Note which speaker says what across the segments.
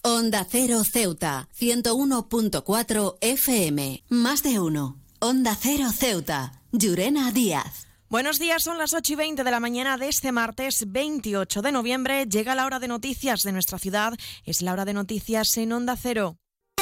Speaker 1: Onda Cero Ceuta, 101.4 FM. Más de uno. Onda Cero Ceuta. Llurena Díaz.
Speaker 2: Buenos días, son las 8:20 de la mañana de este martes 28 de noviembre. Llega la hora de noticias de nuestra ciudad. Es la hora de noticias en Onda Cero.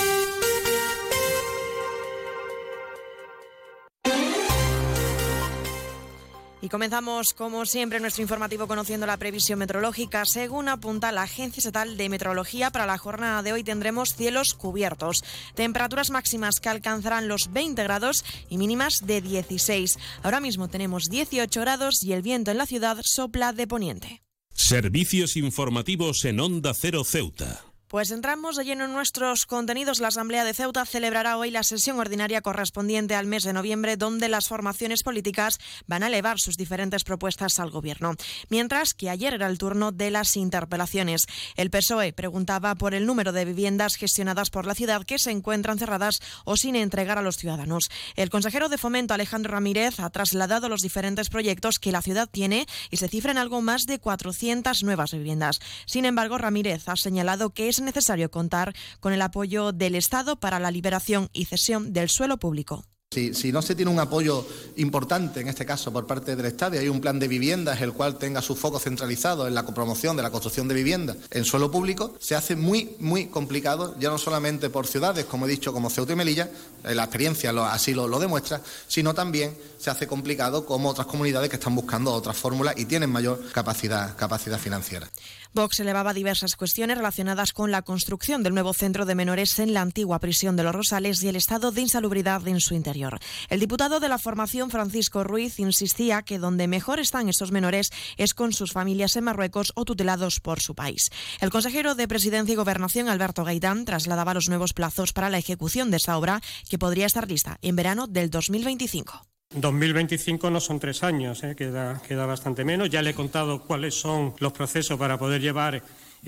Speaker 2: Y comenzamos, como siempre, nuestro informativo conociendo la previsión meteorológica. Según apunta la Agencia Estatal de Meteorología, para la jornada de hoy tendremos cielos cubiertos. Temperaturas máximas que alcanzarán los 20 grados y mínimas de 16. Ahora mismo tenemos 18 grados y el viento en la ciudad sopla de poniente.
Speaker 3: Servicios informativos en Onda Cero Ceuta.
Speaker 2: Pues entramos de lleno en nuestros contenidos. La Asamblea de Ceuta celebrará hoy la sesión ordinaria correspondiente al mes de noviembre, donde las formaciones políticas van a elevar sus diferentes propuestas al Gobierno. Mientras que ayer era el turno de las interpelaciones. El PSOE preguntaba por el número de viviendas gestionadas por la ciudad que se encuentran cerradas o sin entregar a los ciudadanos. El consejero de Fomento, Alejandro Ramírez, ha trasladado los diferentes proyectos que la ciudad tiene y se cifra en algo más de 400 nuevas viviendas. Sin embargo, Ramírez ha señalado que es necesario contar con el apoyo del Estado para la liberación y cesión del suelo público.
Speaker 4: Si no se tiene un apoyo importante, en este caso por parte del Estado, y hay un plan de viviendas el cual tenga su foco centralizado en la promoción de la construcción de viviendas en suelo público, se hace muy complicado, ya no solamente por ciudades, como he dicho, como Ceuta y Melilla, la experiencia así lo demuestra, sino también se hace complicado como otras comunidades que están buscando otras fórmulas y tienen mayor capacidad financiera.
Speaker 2: Vox elevaba diversas cuestiones relacionadas con la construcción del nuevo centro de menores en la antigua prisión de Los Rosales y el estado de insalubridad en su interior. El diputado de la formación, Francisco Ruiz, insistía que donde mejor están estos menores es con sus familias en Marruecos o tutelados por su país. El consejero de Presidencia y Gobernación, Alberto Gaitán, trasladaba los nuevos plazos para la ejecución de esta obra, que podría estar lista en verano del 2025.
Speaker 5: 2025 no son 3 años, queda bastante menos. Ya le he contado cuáles son los procesos para poder llevar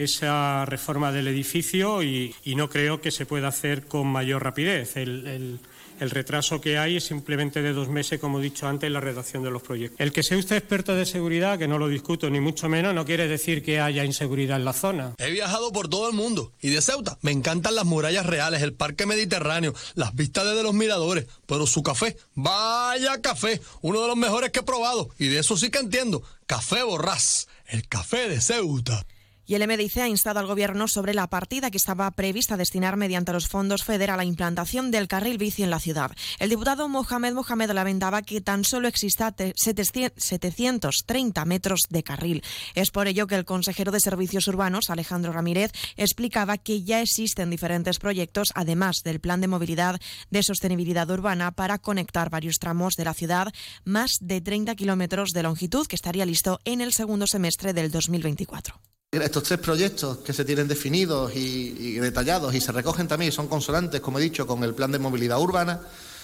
Speaker 5: esa reforma del edificio y no creo que se pueda hacer con mayor rapidez. El retraso que hay es simplemente de 2 meses, como he dicho antes, en la redacción de los proyectos. El que sea usted experto de seguridad, que no lo discuto ni mucho menos, no quiere decir que haya inseguridad en la zona.
Speaker 6: He viajado por todo el mundo y de Ceuta me encantan las murallas reales, el parque mediterráneo, las vistas desde los miradores, pero su café, vaya café, uno de los mejores que he probado y de eso sí que entiendo, Café Borrás, el café de Ceuta.
Speaker 2: Y el MDIC ha instado al Gobierno sobre la partida que estaba prevista destinar mediante los fondos FEDER a la implantación del carril bici en la ciudad. El diputado Mohamed lamentaba que tan solo exista 730 metros de carril. Es por ello que el consejero de Servicios Urbanos, Alejandro Ramírez, explicaba que ya existen diferentes proyectos, además del Plan de Movilidad de Sostenibilidad Urbana, para conectar varios tramos de la ciudad, más de 30 kilómetros de longitud, que estaría listo en el segundo semestre del 2024.
Speaker 4: Estos 3 proyectos que se tienen definidos y detallados y se recogen también y son consonantes, como he dicho, con el Plan de Movilidad Urbana,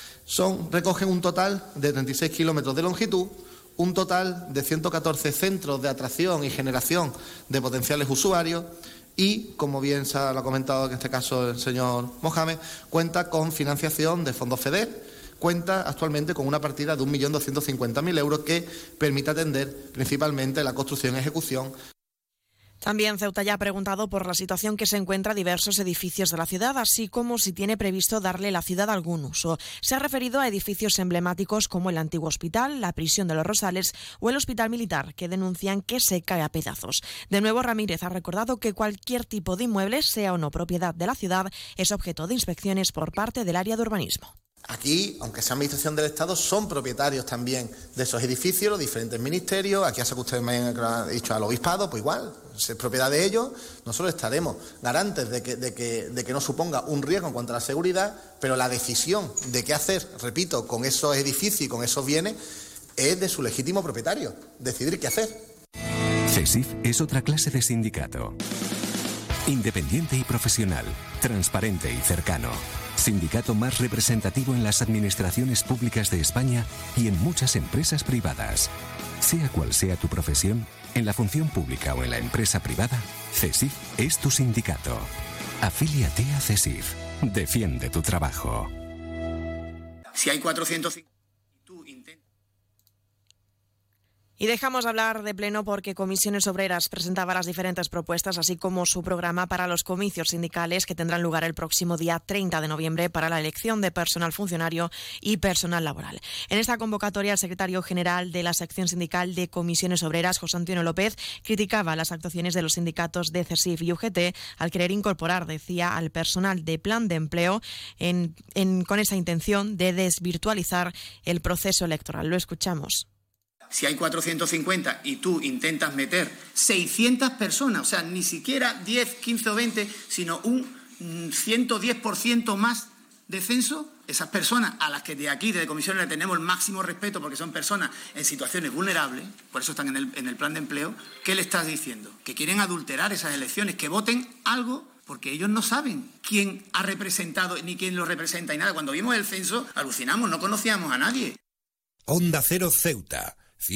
Speaker 4: recogen un total de 36 kilómetros de longitud, un total de 114 centros de atracción y generación de potenciales usuarios y, como bien se lo ha comentado en este caso el señor Mohamed, cuenta con financiación de fondos FEDER. Cuenta actualmente con una partida de 1.250.000 euros que permite atender principalmente la construcción y ejecución.
Speaker 2: También Ceuta ya ha preguntado por la situación que se encuentra diversos edificios de la ciudad, así como si tiene previsto darle la ciudad algún uso. Se ha referido a edificios emblemáticos como el antiguo hospital, la prisión de Los Rosales o el hospital militar, que denuncian que se cae a pedazos. De nuevo, Ramírez ha recordado que cualquier tipo de inmueble, sea o no propiedad de la ciudad, es objeto de inspecciones por parte del área de urbanismo.
Speaker 4: Aquí, aunque sea administración del Estado, son propietarios también de esos edificios, los diferentes ministerios. Aquí hace que ustedes me han dicho al obispado, pues igual, si es propiedad de ellos, nosotros estaremos garantes de que no suponga un riesgo en cuanto a la seguridad, pero la decisión de qué hacer, repito, con esos edificios y con esos bienes, es de su legítimo propietario, decidir qué hacer.
Speaker 7: CESIF es otra clase de sindicato. Independiente y profesional, transparente y cercano. Sindicato más representativo en las administraciones públicas de España y en muchas empresas privadas. Sea cual sea tu profesión, en la función pública o en la empresa privada, CESIF es tu sindicato. Afíliate a CESIF. Defiende tu trabajo.
Speaker 8: Si hay 450...
Speaker 2: Y dejamos de hablar de pleno porque Comisiones Obreras presentaba las diferentes propuestas, así como su programa para los comicios sindicales que tendrán lugar el próximo día 30 de noviembre para la elección de personal funcionario y personal laboral. En esta convocatoria, el secretario general de la sección sindical de Comisiones Obreras, José Antonio López, criticaba las actuaciones de los sindicatos de CESIF y UGT al querer incorporar, decía, al personal de plan de empleo con esa intención de desvirtualizar el proceso electoral. Lo escuchamos.
Speaker 8: Si hay 450 y tú intentas meter 600 personas, o sea, ni siquiera 10, 15 o 20, sino un 110% más de censo, esas personas a las que de aquí, desde Comisiones, le tenemos el máximo respeto porque son personas en situaciones vulnerables, por eso están en el plan de empleo, ¿qué le estás diciendo? Que quieren adulterar esas elecciones, que voten algo porque ellos no saben quién ha representado ni quién lo representa y nada. Cuando vimos el censo, alucinamos, no conocíamos a nadie.
Speaker 9: Onda Cero Ceuta,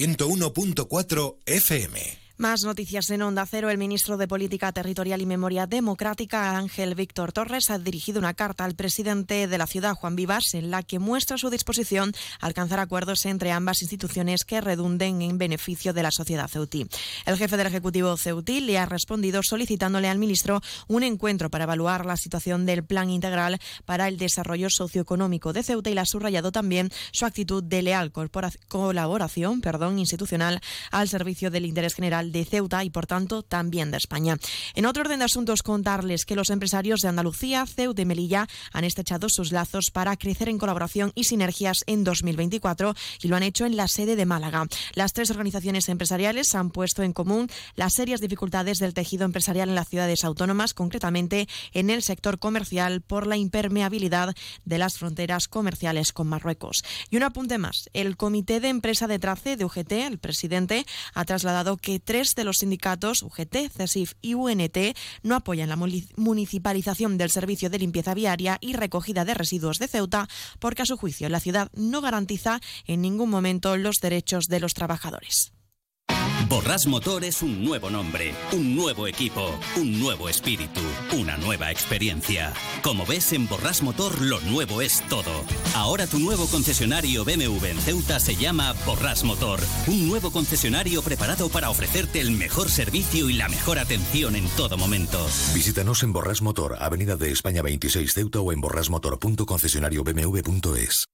Speaker 9: 101.4 FM.
Speaker 2: Más noticias en Onda Cero. El ministro de Política Territorial y Memoria Democrática, Ángel Víctor Torres, ha dirigido una carta al presidente de la ciudad, Juan Vivas, en la que muestra su disposición a alcanzar acuerdos entre ambas instituciones que redunden en beneficio de la sociedad ceutí. El jefe del Ejecutivo ceutí le ha respondido solicitándole al ministro un encuentro para evaluar la situación del Plan Integral para el Desarrollo Socioeconómico de Ceuta y le ha subrayado también su actitud de leal colaboración institucional al servicio del interés general de Ceuta y, por tanto, también de España. En otro orden de asuntos, contarles que los empresarios de Andalucía, Ceuta y Melilla han estrechado sus lazos para crecer en colaboración y sinergias en 2024 y lo han hecho en la sede de Málaga. Las tres organizaciones empresariales han puesto en común las serias dificultades del tejido empresarial en las ciudades autónomas, concretamente en el sector comercial por la impermeabilidad de las fronteras comerciales con Marruecos. Y un apunte más, el Comité de Empresa de Trace de UGT, el presidente, ha trasladado que tres de los sindicatos, UGT, CESIF y UNT, no apoyan la municipalización del servicio de limpieza viaria y recogida de residuos de Ceuta porque, a su juicio, la ciudad no garantiza en ningún momento los derechos de los trabajadores.
Speaker 10: Borràs Motor es un nuevo nombre, un nuevo equipo, un nuevo espíritu, una nueva experiencia. Como ves, en Borràs Motor lo nuevo es todo. Ahora tu nuevo concesionario BMW en Ceuta se llama Borràs Motor. Un nuevo concesionario preparado para ofrecerte el mejor servicio y la mejor atención en todo momento.
Speaker 9: Visítanos en Borràs Motor, Avenida de España 26 Ceuta o en borrasmotor.concesionariobmw.es.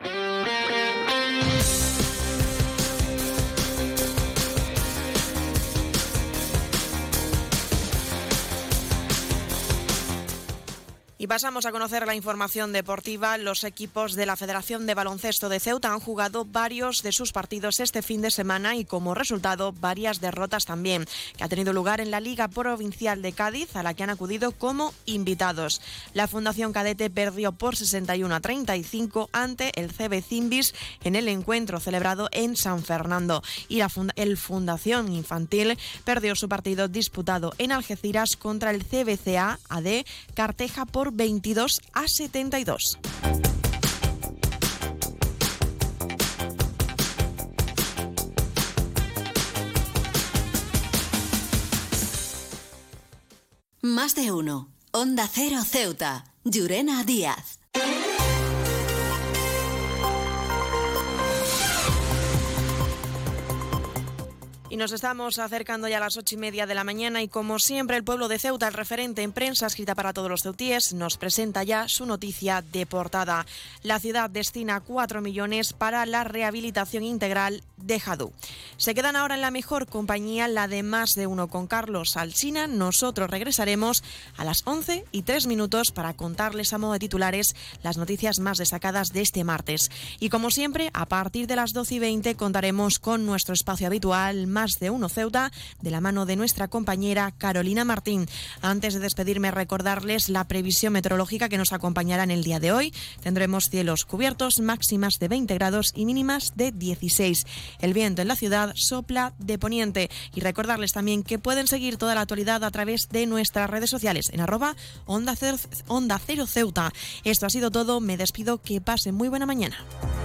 Speaker 2: Y pasamos a conocer la información deportiva. Los equipos de la Federación de Baloncesto de Ceuta han jugado varios de sus partidos este fin de semana y como resultado varias derrotas también, que ha tenido lugar en la Liga Provincial de Cádiz, a la que han acudido como invitados. La Fundación Cadete perdió por 61-35 ante el CB Cimbis en el encuentro celebrado en San Fernando. Y el Fundación Infantil perdió su partido disputado en Algeciras contra el CBCA AD Carteja por 22-72.
Speaker 1: Más de uno. Onda Cero Ceuta. Llurena Díaz.
Speaker 2: Y nos estamos acercando ya a las 8:30 de la mañana y, como siempre, el pueblo de Ceuta, el referente en prensa escrita para todos los ceutíes, nos presenta ya su noticia de portada. La ciudad destina 4 millones para la rehabilitación integral de Jadú. Se quedan ahora en la mejor compañía, la de Más de Uno, con Carlos Alsina. Nosotros regresaremos a las 11:03 para contarles a modo de titulares las noticias más destacadas de este martes. Y como siempre, a partir de las 12:20 contaremos con nuestro espacio habitual, Más de Uno Ceuta, de la mano de nuestra compañera Carolina Martín. Antes de despedirme, recordarles la previsión meteorológica que nos acompañará en el día de hoy. Tendremos cielos cubiertos, máximas de 20 grados y mínimas de 16. El viento en la ciudad sopla de poniente. Y recordarles también que pueden seguir toda la actualidad a través de nuestras redes sociales en @Onda Cero Ceuta. Esto ha sido todo. Me despido. Que pasen muy buena mañana.